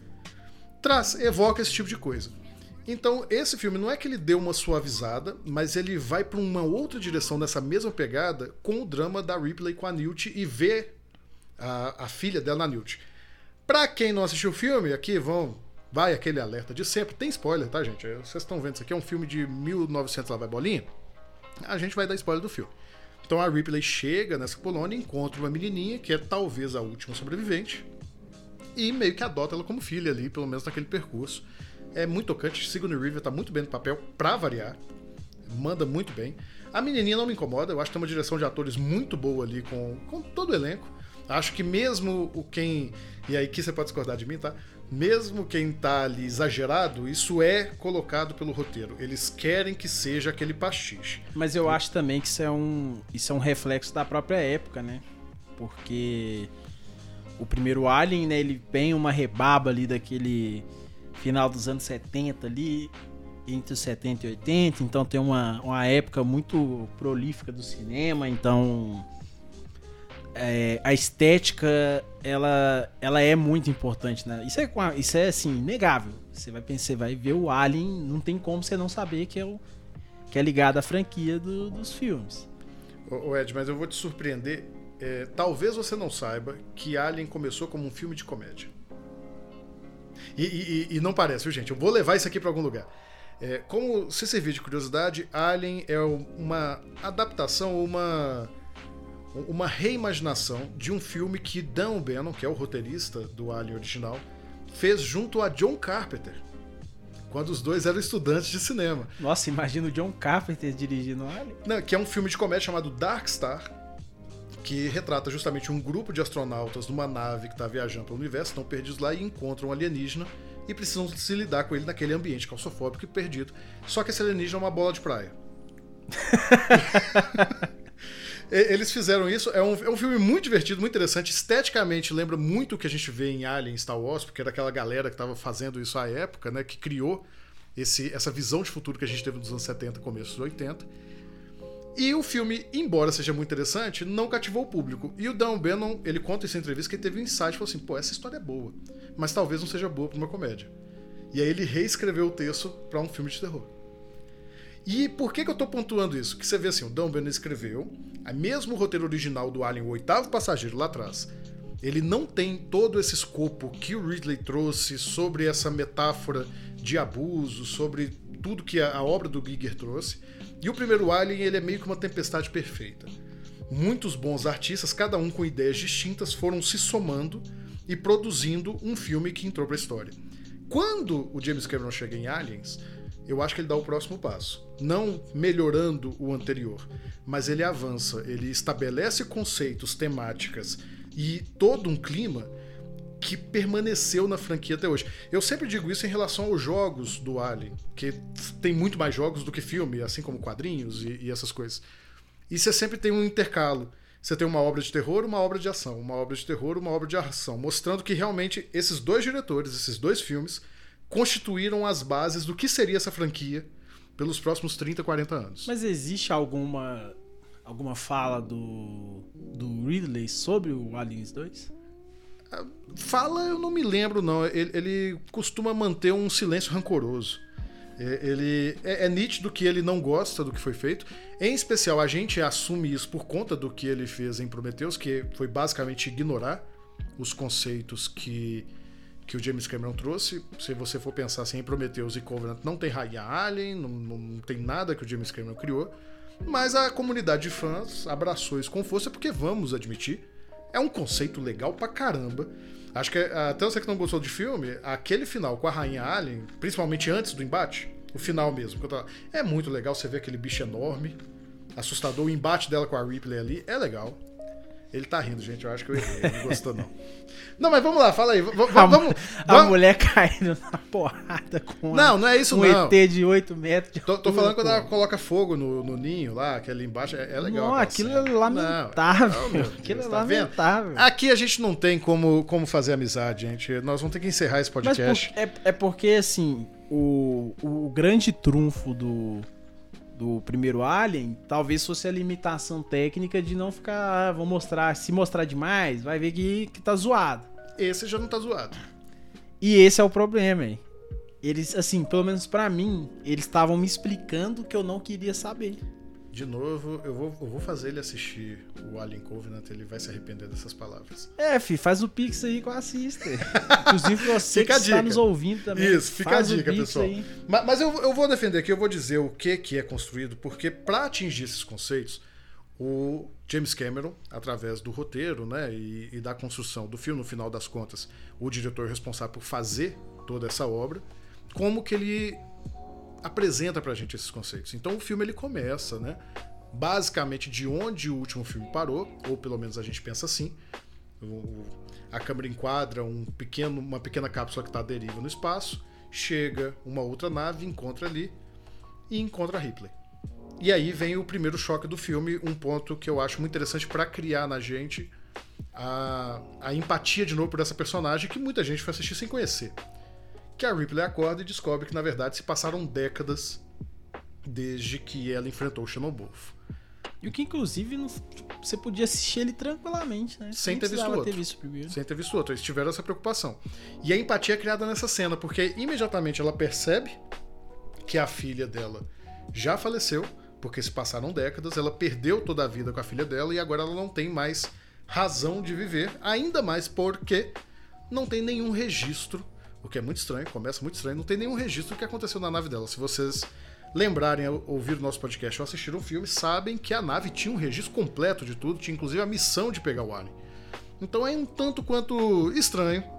Traz, evoca esse tipo de coisa. Então, esse filme não é que ele deu uma suavizada, mas ele vai para uma outra direção nessa mesma pegada com o drama da Ripley com a Newt e ver a, a filha dela na Newt. Pra quem não assistiu o filme, aqui vão, vai aquele alerta de sempre. Tem spoiler, tá, gente? Vocês estão vendo, isso aqui é um filme de mil e novecentos, lá vai bolinha. A gente vai dar spoiler do filme. Então a Ripley chega nessa colônia, encontra uma menininha, que é talvez a última sobrevivente, e meio que adota ela como filha ali, pelo menos naquele percurso. É muito tocante, Sigourney Weaver tá muito bem no papel, pra variar. Manda muito bem. A menininha não me incomoda, eu acho que tem uma direção de atores muito boa ali com, com todo o elenco. Acho que mesmo o quem... E aí que você pode discordar de mim, tá? Mesmo quem tá ali exagerado, isso é colocado pelo roteiro. Eles querem que seja aquele pastiche. Mas eu acho também que isso é um, isso é um reflexo da própria época, né? Porque o primeiro Alien, né, ele tem uma rebaba ali daquele final dos anos setenta ali, entre os setenta e oitenta, então tem uma, uma época muito prolífica do cinema, então... É, a estética ela, ela é muito importante, né? Isso é, isso é assim, inegável. Você vai pensar, vai ver o Alien, não tem como você não saber que é, o, que é ligado à franquia do, dos filmes. Ô Ed, mas eu vou te surpreender. É, talvez você não saiba que Alien começou como um filme de comédia. E, e, e não parece, viu, gente? Eu vou levar isso aqui para algum lugar. É, como se servir de curiosidade, Alien é uma adaptação, uma... uma reimaginação de um filme que Dan O'Bannon, que é o roteirista do Alien original, fez junto a John Carpenter, quando os dois eram estudantes de cinema. Nossa, imagina o John Carpenter dirigindo Alien. Não, que é um filme de comédia chamado Dark Star, que retrata justamente um grupo de astronautas numa nave que está viajando pelo universo, estão perdidos lá e encontram um alienígena e precisam se lidar com ele naquele ambiente claustrofóbico e perdido. Só que esse alienígena é uma bola de praia. Eles fizeram isso, é um, é um filme muito divertido, muito interessante, esteticamente lembra muito o que a gente vê em Alien, Star Wars, porque era aquela galera que estava fazendo isso à época, né, que criou esse, essa visão de futuro que a gente teve nos anos setenta, começo dos oitenta. E o filme, embora seja muito interessante, não cativou o público. E o Dan Bannon, ele conta isso em entrevista, que ele teve um insight e falou assim, pô, essa história é boa, mas talvez não seja boa para uma comédia. E aí ele reescreveu o texto para um filme de terror. E por que, que eu tô pontuando isso? Que você vê assim, o Dan Bannon escreveu, a mesmo roteiro original do Alien, o Oitavo Passageiro, lá atrás, ele não tem todo esse escopo que o Ridley trouxe sobre essa metáfora de abuso, sobre tudo que a, a obra do Giger trouxe. E o primeiro Alien, ele é meio que uma tempestade perfeita. Muitos bons artistas, cada um com ideias distintas, foram se somando e produzindo um filme que entrou pra história. Quando o James Cameron chega em Aliens, eu acho que ele dá o próximo passo. Não melhorando o anterior, mas ele avança, ele estabelece conceitos, temáticas e todo um clima que permaneceu na franquia até hoje. Eu sempre digo isso em relação aos jogos do Alien, que tem muito mais jogos do que filme, assim como quadrinhos e, e essas coisas. E você sempre tem um intercalo. Você tem uma obra de terror, uma obra de ação, uma obra de terror, uma obra de ação, mostrando que realmente esses dois diretores, esses dois filmes, constituíram as bases do que seria essa franquia pelos próximos trinta, quarenta anos. Mas existe alguma alguma fala do, do Ridley sobre o Aliens dois? Fala, eu não me lembro, não. Ele, ele costuma manter um silêncio rancoroso. Ele, é, é nítido que ele não gosta do que foi feito. Em especial, a gente assume isso por conta do que ele fez em Prometheus, que foi basicamente ignorar os conceitos que... que o James Cameron trouxe. Se você for pensar assim, em Prometheus e Covenant não tem rainha Alien, não, não tem nada que o James Cameron criou, mas a comunidade de fãs abraçou isso com força, porque vamos admitir, é um conceito legal pra caramba. Acho que até você que não gostou de filme, aquele final com a rainha Alien, principalmente antes do embate, o final mesmo, é muito legal. Você vê aquele bicho enorme, assustador, o embate dela com a Ripley ali é legal. Ele tá rindo, gente. Eu acho que eu errei. Ele não gostou, não. Não, mas vamos lá, fala aí. V vamos, a, vamos, a vamos... mulher caindo na porrada com não, não é isso, um não. E T de oito metros. De tô, tô falando quando ela coloca fogo no, no ninho lá, aquele embaixo. É, é legal. Não, aquilo cena. É lamentável. Não, aquilo Deus, é tá lamentável. Vendo? Aqui a gente não tem como, como fazer amizade, gente. Nós vamos ter que encerrar esse podcast. Mas por, é, é porque, assim, o, o grande trunfo do... do primeiro Alien, talvez fosse a limitação técnica de não ficar, ah, vou mostrar, se mostrar demais, vai ver que, que tá zoado. Esse já não tá zoado. E esse é o problema, hein? Eles, assim, pelo menos pra mim, eles estavam me explicando que eu não queria saber. De novo, eu vou, eu vou fazer ele assistir o Alien Covenant, ele vai se arrepender dessas palavras. É, fi, faz o pix aí que eu assisto. Inclusive você fica que está nos ouvindo também. Isso, fica a dica, pessoal. Aí. Mas, mas eu, eu vou defender aqui, eu vou dizer o que, que é construído, porque para atingir esses conceitos, o James Cameron, através do roteiro, né, e, e da construção do filme, no final das contas, o diretor responsável por fazer toda essa obra, como que ele apresenta pra gente esses conceitos. Então o filme ele começa, né, basicamente de onde o último filme parou, ou pelo menos a gente pensa assim. O, a câmera enquadra um pequeno, uma pequena cápsula que está à deriva no espaço, chega uma outra nave, encontra ali e encontra a Ripley. E aí vem o primeiro choque do filme, um ponto que eu acho muito interessante para criar na gente a, a empatia de novo por essa personagem que muita gente foi assistir sem conhecer. Que a Ripley acorda e descobre que na verdade se passaram décadas desde que ela enfrentou o Xenomorfo. E o que inclusive não, você podia assistir ele tranquilamente, né? Sem ter visto outro. ter visto primeiro. Sem ter visto outro. Eles tiveram essa preocupação. E a empatia é criada nessa cena, porque imediatamente ela percebe que a filha dela já faleceu, porque se passaram décadas, ela perdeu toda a vida com a filha dela e agora ela não tem mais razão de viver, ainda mais porque não tem nenhum registro, o que é muito estranho, começa muito estranho, não tem nenhum registro do que aconteceu na nave dela. Se vocês lembrarem, ouvir o nosso podcast ou assistiram o filme, sabem que a nave tinha um registro completo de tudo, tinha inclusive a missão de pegar o Alien. Então é um tanto quanto estranho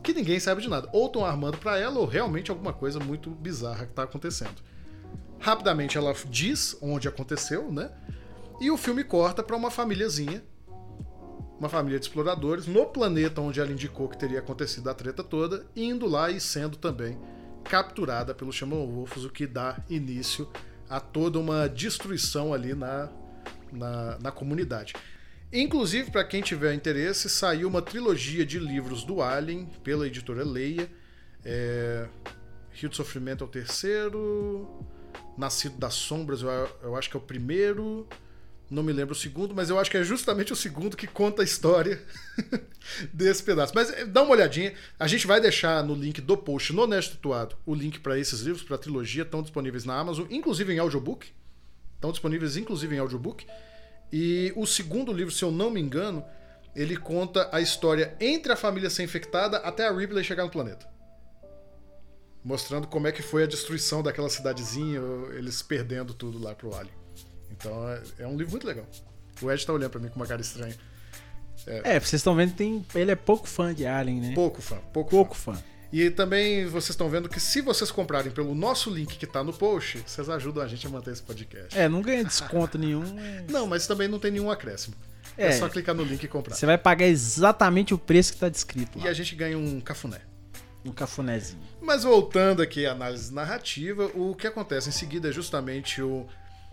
que ninguém sabe de nada. Ou estão armando pra ela, ou realmente alguma coisa muito bizarra que tá acontecendo. Rapidamente ela diz onde aconteceu, né? E o filme corta pra uma famíliazinha, uma família de exploradores, no planeta onde ela indicou que teria acontecido a treta toda, indo lá e sendo também capturada pelos Xamã-Wolfos, o que dá início a toda uma destruição ali na, na, na comunidade. Inclusive, para quem tiver interesse, saiu uma trilogia de livros do Alien pela editora Leia. É... Rio do Sofrimento é o terceiro, Nascido das Sombras eu, eu acho que é o primeiro, não me lembro o segundo, mas eu acho que é justamente o segundo que conta a história desse pedaço. Mas dá uma olhadinha, a gente vai deixar no link do post no Nerd Tatuado o link para esses livros, para a trilogia, estão disponíveis na Amazon, inclusive em audiobook. Estão disponíveis inclusive em audiobook. E o segundo livro, se eu não me engano, ele conta a história entre a família ser infectada até a Ripley chegar no planeta. Mostrando como é que foi a destruição daquela cidadezinha, eles perdendo tudo lá pro Alien. Então é, é um livro muito legal. O Ed tá olhando pra mim com uma cara estranha. É, é vocês estão vendo que tem, ele é pouco fã de Alien, né? Pouco fã, pouco, pouco fã. fã. E também vocês estão vendo que se vocês comprarem pelo nosso link que tá no post, vocês ajudam a gente a manter esse podcast. É, não ganha desconto nenhum. Mas... Não, mas também não tem nenhum acréscimo. É, é só clicar no link e comprar. Você vai pagar exatamente o preço que tá descrito lá. E a gente ganha um cafuné. Um cafunézinho. Mas voltando aqui à análise narrativa, o que acontece em seguida é justamente o...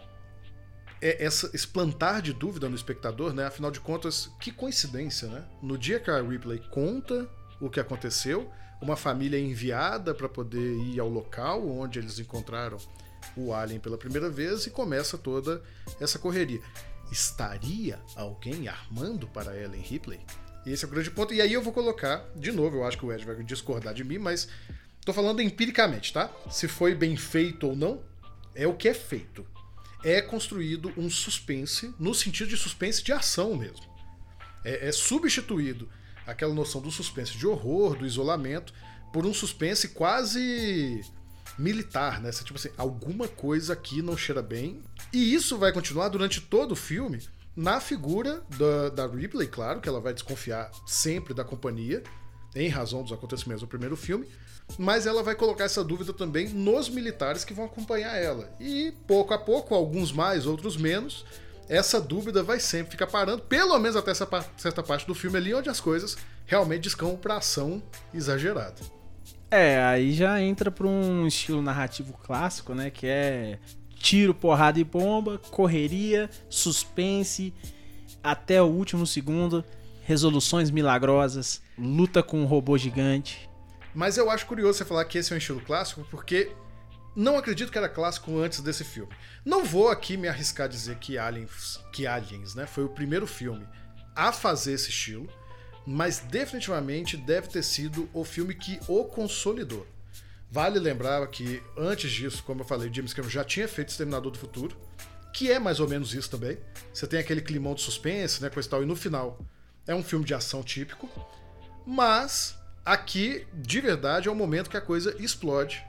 É essa, esse plantar de dúvida no espectador, né? Afinal de contas, que coincidência, né? No dia que a Ripley conta o que aconteceu, uma família é enviada para poder ir ao local onde eles encontraram o Alien pela primeira vez e começa toda essa correria. Estaria alguém armando para Ellen Ripley? Esse é o grande ponto. E aí eu vou colocar, de novo, eu acho que o Ed vai discordar de mim, mas tô falando empiricamente, tá? Se foi bem feito ou não, é o que é feito. É construído um suspense, no sentido de suspense de ação mesmo. É, é substituído aquela noção do suspense de horror, do isolamento, por um suspense quase militar, né? Tipo assim, alguma coisa aqui não cheira bem. E isso vai continuar durante todo o filme na figura da, da Ripley, claro, que ela vai desconfiar sempre da companhia, em razão dos acontecimentos do primeiro filme, mas ela vai colocar essa dúvida também nos militares que vão acompanhar ela. E pouco a pouco, alguns mais, outros menos, essa dúvida vai sempre ficar parando, pelo menos até essa certa parte do filme ali, onde as coisas realmente descambam pra ação exagerada. É, aí já entra pra um estilo narrativo clássico, né, que é tiro, porrada e bomba, correria, suspense, até o último segundo, resoluções milagrosas, luta com um robô gigante. Mas eu acho curioso você falar que esse é um estilo clássico, porque não acredito que era clássico antes desse filme. Não vou aqui me arriscar a dizer que Aliens, que Aliens, né, foi o primeiro filme a fazer esse estilo, mas definitivamente deve ter sido o filme que o consolidou. Vale lembrar que antes disso, como eu falei, James Cameron já tinha feito Exterminador do Futuro, que é mais ou menos isso também. Você tem aquele climão de suspense, né, coisa e tal, e no final é um filme de ação típico, mas aqui, de verdade, é o momento que a coisa explode.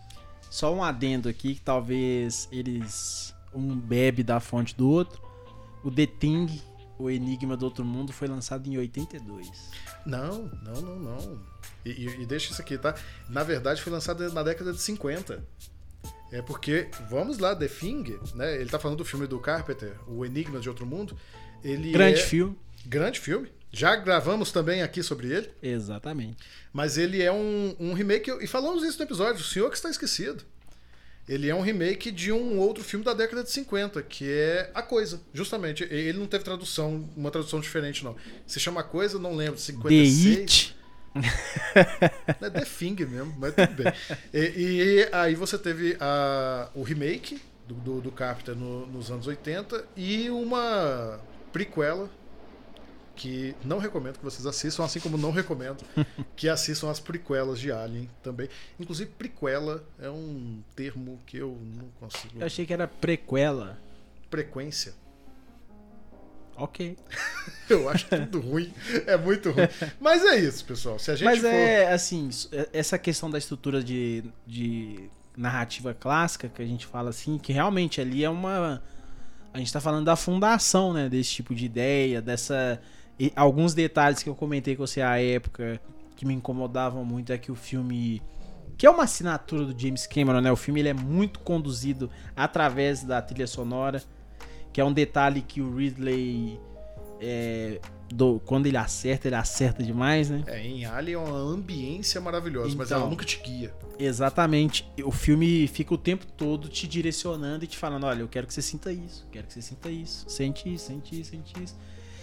Só um adendo aqui, que talvez eles... um bebe da fonte do outro. O The Thing, o Enigma do Outro Mundo, foi lançado em oitenta e dois. Não, não, não, não. E, e, e deixa isso aqui, tá? Na verdade, foi lançado na década de cinquenta. É porque, vamos lá, The Thing, né? Ele tá falando do filme do Carpenter, O Enigma de Outro Mundo. Ele Grande é... filme. Grande filme. Já gravamos também aqui sobre ele. Exatamente. Mas ele é um, um remake, e falamos isso no episódio, O Senhor que Está Esquecido. Ele é um remake de um outro filme da década de cinquenta, que é A Coisa, justamente. Ele não teve tradução, uma tradução diferente, não. Se chama A Coisa, não lembro, cinquenta e seis. The It. É The Thing mesmo, mas tudo bem. E, e aí você teve a, o remake do, do, do Carpenter no, nos anos oitenta e uma prequela que não recomendo que vocês assistam, assim como não recomendo que assistam as prequelas de Alien também. Inclusive, prequela é um termo que eu não consigo... Eu achei que era prequela. Frequência. Ok. Eu acho tudo ruim. É muito ruim. Mas é isso, pessoal. Se a gente Mas for... é, assim, essa questão da estrutura de, de narrativa clássica, que a gente fala assim, que realmente ali é uma... A gente tá falando da fundação, né, desse tipo de ideia, dessa... E alguns detalhes que eu comentei com você à época, que me incomodavam muito é que o filme, que é uma assinatura do James Cameron, né? O filme ele é muito conduzido através da trilha sonora, que é um detalhe que o Ridley, é, do, quando ele acerta, ele acerta demais, né? É, em Alien é uma ambiência maravilhosa, mas Então, ela nunca te guia. Exatamente. O filme fica o tempo todo te direcionando e te falando, olha, eu quero que você sinta isso, quero que você sinta isso, sente isso, sente isso, sente isso.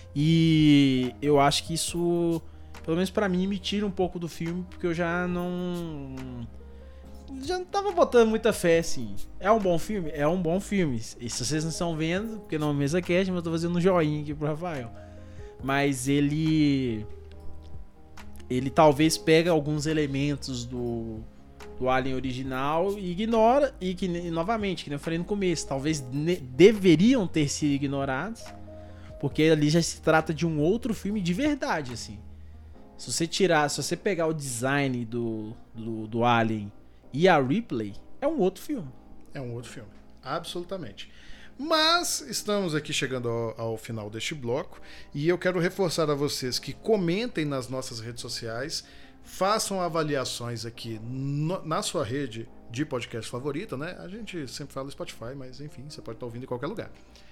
E eu acho que isso, pelo menos pra mim, me tira um pouco do filme, porque eu já não... já não tava botando muita fé, assim. É um bom filme? É um bom filme. E se vocês não estão vendo, porque não é mesa cast, mas eu tô fazendo um joinha aqui pro Rafael. Mas ele... ele talvez pega alguns elementos do... do Alien original e ignora, e que e, novamente, que nem eu falei no começo, talvez ne- deveriam ter sido ignorados, porque ali já se trata de um outro filme de verdade, assim. Se você tirar, se você pegar o design do, do, do Alien e a Ripley, é um outro filme. É um outro filme, absolutamente. Mas estamos aqui chegando ao, ao final deste bloco e eu quero reforçar a vocês que comentem nas nossas redes sociais, façam avaliações aqui no, na sua rede de podcast favorita, né? A gente sempre fala Spotify, mas enfim, você pode estar ouvindo em qualquer lugar.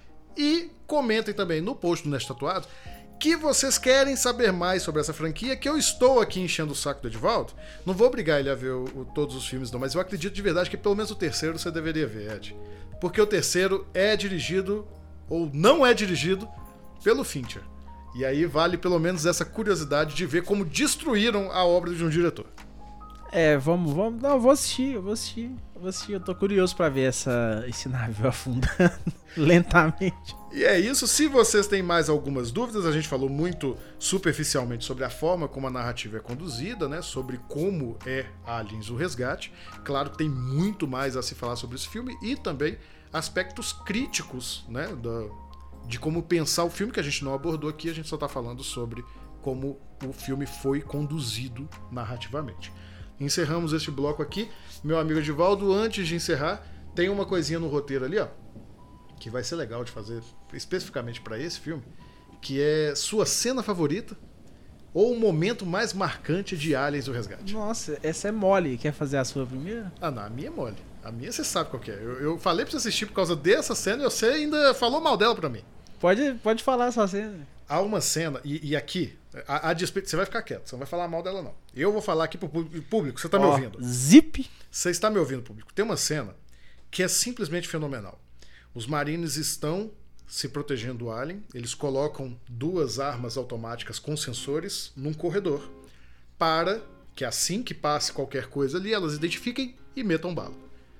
E comentem também no post do Nerd Tatuado que vocês querem saber mais sobre essa franquia, que eu estou aqui enchendo o saco do Edivaldo. Não vou obrigar ele a ver o, o, todos os filmes não, mas eu acredito de verdade que pelo menos o terceiro você deveria ver, Ed. Porque o terceiro é dirigido, ou não é dirigido, pelo Fincher. E aí vale pelo menos essa curiosidade de ver como destruíram a obra de um diretor. É, vamos, vamos. Não, eu vou assistir, eu vou assistir. Eu vou assistir, eu tô curioso pra ver essa, esse navio afundando lentamente. E é isso. Se vocês têm mais algumas dúvidas, a gente falou muito superficialmente sobre a forma como a narrativa é conduzida, né? Sobre como é Aliens o Resgate. Claro que tem muito mais a se falar sobre esse filme e também aspectos críticos, né? Da, de como pensar o filme, que a gente não abordou aqui, a gente só tá falando sobre como o filme foi conduzido narrativamente. Encerramos este bloco aqui. Meu amigo Edivaldo, antes de encerrar, tem uma coisinha no roteiro ali, ó, que vai ser legal de fazer especificamente para esse filme, que é sua cena favorita ou o momento mais marcante de Aliens o Resgate. Nossa, essa é mole. Quer fazer a sua primeira? Ah, não, a minha é mole. A minha você sabe qual que é. Eu, eu falei pra você assistir por causa dessa cena e você ainda falou mal dela pra mim. Pode, pode falar a sua cena. Há uma cena, e, e aqui, a, a despeito, você vai ficar quieto, você não vai falar mal dela, não. Eu vou falar aqui pro público, você tá me Ó, ouvindo. Zip. Você está me ouvindo, público. Tem uma cena que é simplesmente fenomenal. Os marines estão se protegendo do alien, eles colocam duas armas automáticas com sensores num corredor para que assim que passe qualquer coisa ali, elas identifiquem e metam bala.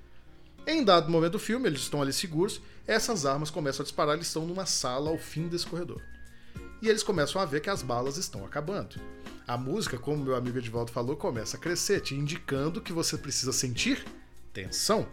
Em dado momento do filme, eles estão ali seguros, essas armas começam a disparar, eles estão numa sala ao fim desse corredor. E eles começam a ver que as balas estão acabando. A música, como meu amigo Edivaldo falou, começa a crescer, te indicando que você precisa sentir tensão.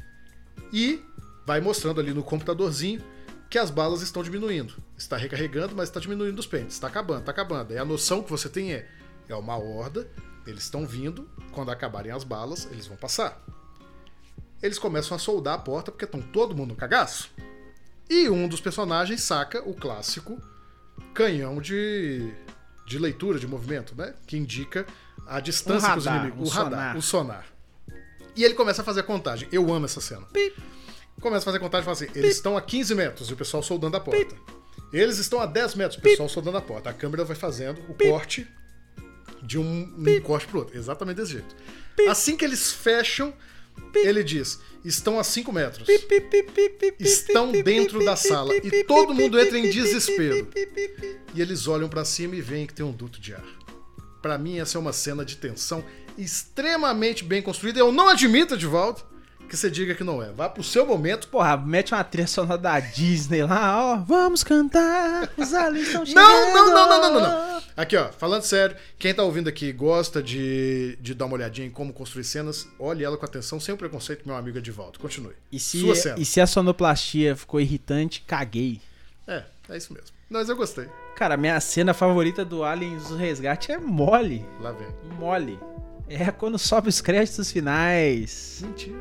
E vai mostrando ali no computadorzinho que as balas estão diminuindo. Está recarregando, mas está diminuindo os pentes. Está acabando, está acabando. E a noção que você tem é, é uma horda, eles estão vindo, quando acabarem as balas, eles vão passar. Eles começam a soldar a porta porque estão todo mundo no cagaço. E um dos personagens saca o clássico canhão de, de leitura de movimento, né? Que indica a distância Um que os radar, inimigos... um O radar, sonar. o sonar. E ele começa a fazer a contagem. Eu amo essa cena. Pip. Começa a fazer a contagem e fala assim, eles estão a quinze metros e o pessoal soldando a porta. Eles estão a dez metros, o pessoal soldando a porta. A câmera vai fazendo o corte de um, um corte pro outro. Exatamente desse jeito. Assim que eles fecham, ele diz, estão a cinco metros. Estão dentro da sala. E todo mundo entra em desespero. E eles olham pra cima e veem que tem um duto de ar. Pra mim, essa é uma cena de tensão extremamente bem construída. Eu não admito, Edivaldo, que você diga que não é. Vá pro seu momento. Porra, mete uma trilha sonora da Disney lá, ó. Vamos cantar, os aliens estão chegando. Não, não, não, não, não, não. Aqui, ó, falando sério, quem tá ouvindo aqui gosta de, de dar uma olhadinha em como construir cenas, olhe ela com atenção, sem o preconceito, meu amigo Edivaldo. Continue. E se, Sua cena. e se a sonoplastia ficou irritante, caguei. É, é isso mesmo. Mas eu gostei. Cara, minha cena favorita do Aliens do Resgate é mole. Lá vem. Mole. É quando sobe os créditos finais. Mentira.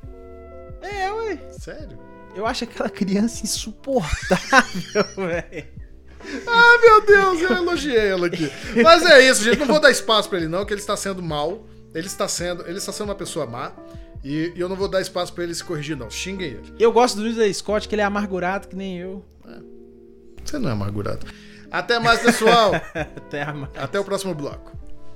É, ué. Sério? Eu acho aquela criança insuportável, velho. Ah, meu Deus, eu elogiei ela aqui. Mas é isso, gente. Não vou dar espaço pra ele, não, que ele está sendo mal. Ele está sendo, ele está sendo uma pessoa má. E, e eu não vou dar espaço pra ele se corrigir, não. Xinguem ele. Eu gosto do Ridley Scott, que ele é amargurado que nem eu. É. Você não é amargurado. Até mais, pessoal. Até mais. Até o próximo bloco.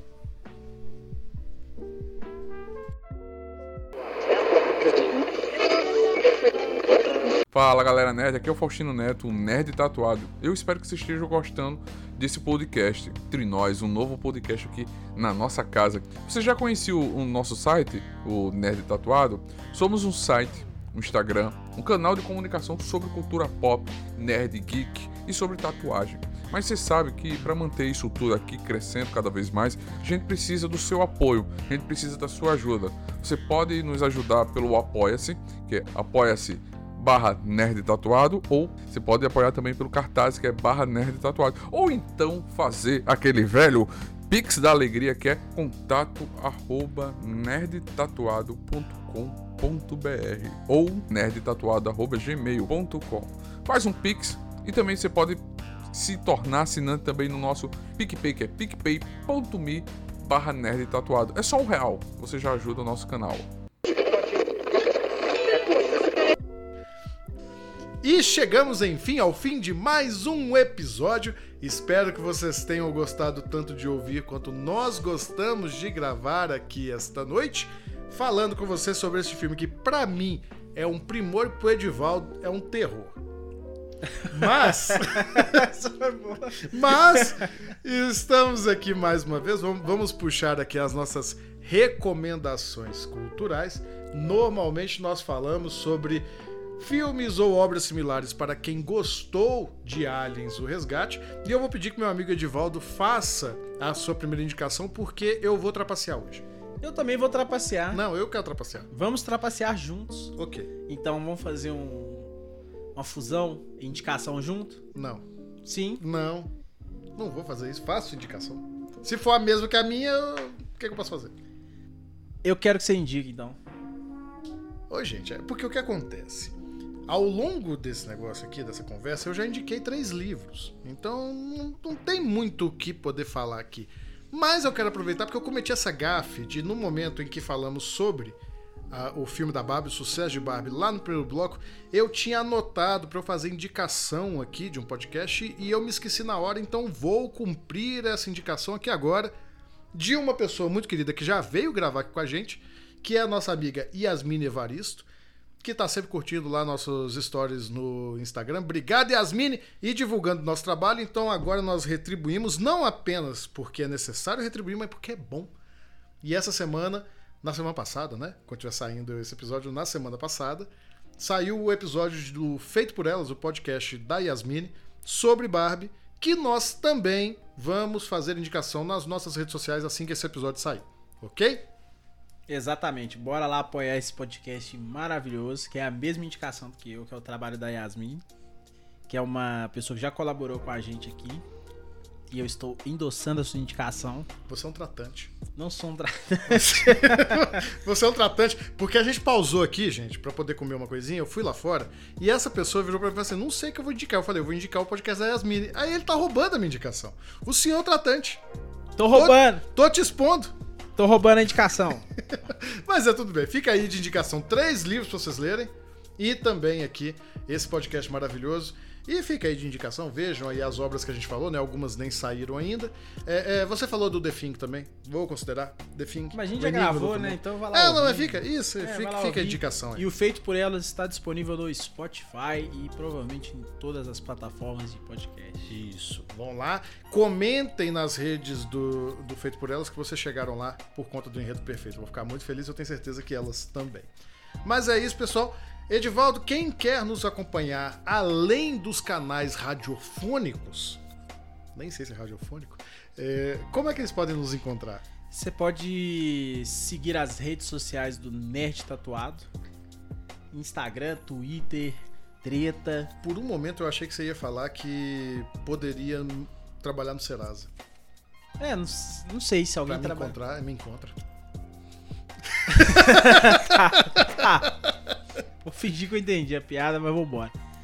Fala galera nerd, aqui é o Faustino Neto, o Nerd Tatuado. Eu espero que vocês estejam gostando desse podcast, Entre Nós, um novo podcast aqui na nossa casa. Você já conhecia o, o nosso site, o Nerd Tatuado? Somos um site, um Instagram, um canal de comunicação sobre cultura pop, nerd, geek e sobre tatuagem. Mas você sabe que para manter isso tudo aqui crescendo cada vez mais, a gente precisa do seu apoio, a gente precisa da sua ajuda. Você pode nos ajudar pelo Apoia-se, que é apoia-se barra Nerd Tatuado, ou você pode apoiar também pelo Cartaz, que é barra Nerd Tatuado, ou então fazer aquele velho Pix da Alegria, que é contato arroba nerdtatuado ponto com ponto br ou nerdtatuado arroba gmail ponto com. Faz um Pix e também você pode se tornar assinante também no nosso PicPay, que é picpay.me barra Nerd Tatuado. É só um real, você já ajuda o nosso canal. E chegamos, enfim, ao fim de mais um episódio. Espero que vocês tenham gostado tanto de ouvir quanto nós gostamos de gravar aqui esta noite, falando com vocês sobre este filme que, pra mim, é um primor, pro Edivaldo é um terror. Mas... Mas estamos aqui mais uma vez. Vamos puxar aqui as nossas recomendações culturais. Normalmente nós falamos sobre filmes ou obras similares para quem gostou de Aliens, o Resgate. E eu vou pedir que meu amigo Edivaldo faça a sua primeira indicação, porque eu vou trapacear hoje. Eu também vou trapacear. Não, eu quero trapacear. Vamos trapacear juntos. Ok. Então vamos fazer um, uma fusão, indicação junto? Não. Sim. Não. Não vou fazer isso. Faço indicação. Se for a mesma que a minha, eu... o que, é que eu posso fazer? Eu quero que você indique, então. Oi, gente. É porque o que acontece? Ao longo desse negócio aqui, dessa conversa, eu já indiquei três livros. Então, não, não tem muito o que poder falar aqui. Mas eu quero aproveitar porque eu cometi essa gafe de, no momento em que falamos sobre uh, o filme da Barbie, o sucesso de Barbie, lá no primeiro bloco, eu tinha anotado para eu fazer indicação aqui de um podcast e eu me esqueci na hora, então vou cumprir essa indicação aqui agora de uma pessoa muito querida que já veio gravar aqui com a gente, que é a nossa amiga Yasmine Evaristo, que tá sempre curtindo lá nossos stories no Instagram. Obrigado, Yasmine, e divulgando nosso trabalho. Então agora nós retribuímos, não apenas porque é necessário retribuir, mas porque é bom. E essa semana, na semana passada, né? Quando estiver saindo esse episódio, na semana passada, saiu o episódio do Feito por Elas, o podcast da Yasmine, sobre Barbie, que nós também vamos fazer indicação nas nossas redes sociais assim que esse episódio sair. Ok? Exatamente, bora lá apoiar esse podcast maravilhoso, que é a mesma indicação que eu, que é o trabalho da Yasmin, que é uma pessoa que já colaborou com a gente aqui, e eu estou endossando a sua indicação. Você é um tratante. Não sou um tratante. Você é um tratante, porque a gente pausou aqui, gente, pra poder comer uma coisinha, eu fui lá fora, e essa pessoa virou pra mim e falou assim, não sei o que eu vou indicar. Eu falei, eu vou indicar o podcast da Yasmin. Aí ele tá roubando a minha indicação. O senhor é um tratante. Tô roubando. Tô, tô te expondo. Tô roubando a indicação. Mas é tudo bem. Fica aí de indicação três livros pra vocês lerem. E também aqui esse podcast maravilhoso. E fica aí de indicação. Vejam aí as obras que a gente falou, né? Algumas nem saíram ainda. É, é, você falou do The Thing também. Vou considerar. The Thing. Mas a gente já gravou, né? Então vai lá. É, ouvir. não, mas fica. Isso, é, fica, fica a indicação aí. E o Feito por Elas está disponível no Spotify e provavelmente em todas as plataformas de podcast. Isso. Vão lá. Comentem nas redes do, do Feito por Elas que vocês chegaram lá por conta do Enredo Perfeito. Vou ficar muito feliz, eu tenho certeza que elas também. Mas é isso, pessoal. Edivaldo, quem quer nos acompanhar além dos canais radiofônicos, nem sei se é radiofônico, é, como é que eles podem nos encontrar? Você pode seguir as redes sociais do Nerd Tatuado, Instagram, Twitter, Treta. Por um momento eu achei que você ia falar que poderia trabalhar no Serasa. É, não, não sei se alguém pra me trabalha. encontrar, me encontra. tá, tá. Vou fingir que eu entendi a piada, mas vambora.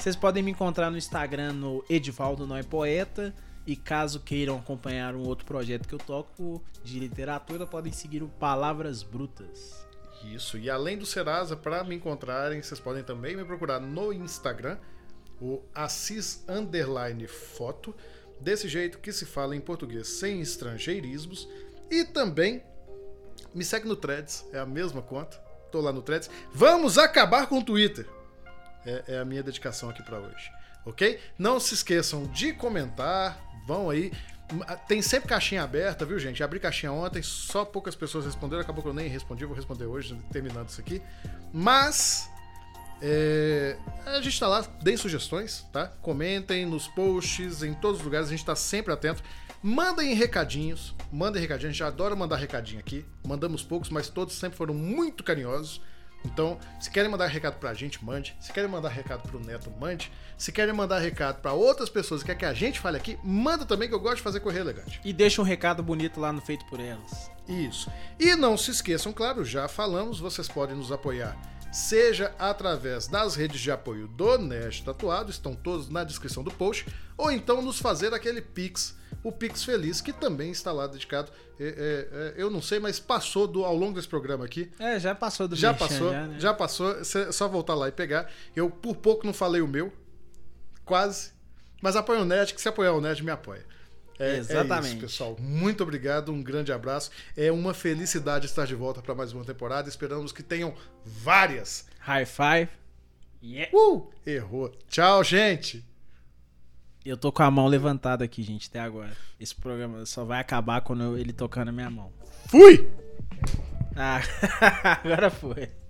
Vocês podem me encontrar no Instagram no Edivaldo Não é Poeta. E caso queiram acompanhar um outro projeto que eu toco de literatura, podem seguir o Palavras Brutas. Isso, e além do Serasa, para me encontrarem, vocês podem também me procurar no Instagram, o Assis Underline Foto, desse jeito que se fala em português sem estrangeirismos. E também me segue no Threads, é a mesma conta, tô lá no Threads. Vamos acabar com o Twitter! É, é a minha dedicação aqui para hoje, ok? Não se esqueçam de comentar, vão aí. Tem sempre caixinha aberta, viu, gente? Abri caixinha ontem, só poucas pessoas responderam, acabou que eu nem respondi, vou responder hoje, terminando isso aqui. Mas é, a gente tá lá, deem sugestões, tá? Comentem nos posts, em todos os lugares, a gente tá sempre atento. Mandem recadinhos, mandem recadinhos, a gente adora mandar recadinho aqui. Mandamos poucos, mas todos sempre foram muito carinhosos. Então, se querem mandar recado pra gente, mande. Se querem mandar recado pro Neto, mande. Se querem mandar recado pra outras pessoas e quer que a gente fale aqui, manda também, que eu gosto de fazer correio elegante. E deixa um recado bonito lá no Feito por Elas. Isso. E não se esqueçam, claro, já falamos, vocês podem nos apoiar, seja através das redes de apoio do Nerd Tatuado, estão todos na descrição do post, ou então nos fazer aquele Pix, o Pix Feliz, que também está lá dedicado. É, é, é, eu não sei, mas passou do, ao longo desse programa aqui. É, já passou do Já merchan, passou, já, né? já passou. É só voltar lá e pegar. Eu por pouco não falei o meu, quase. Mas apoia o Nerd, que se apoiar o Nerd, me apoia. É, Exatamente. É isso, pessoal. Muito obrigado, um grande abraço. É uma felicidade estar de volta para mais uma temporada. Esperamos que tenham várias. High five. Yeah. Uh! Errou. Tchau, gente. Eu tô com a mão levantada aqui, gente, até agora. Esse programa só vai acabar quando eu- ele tocar na minha mão. Fui! Ah, agora foi.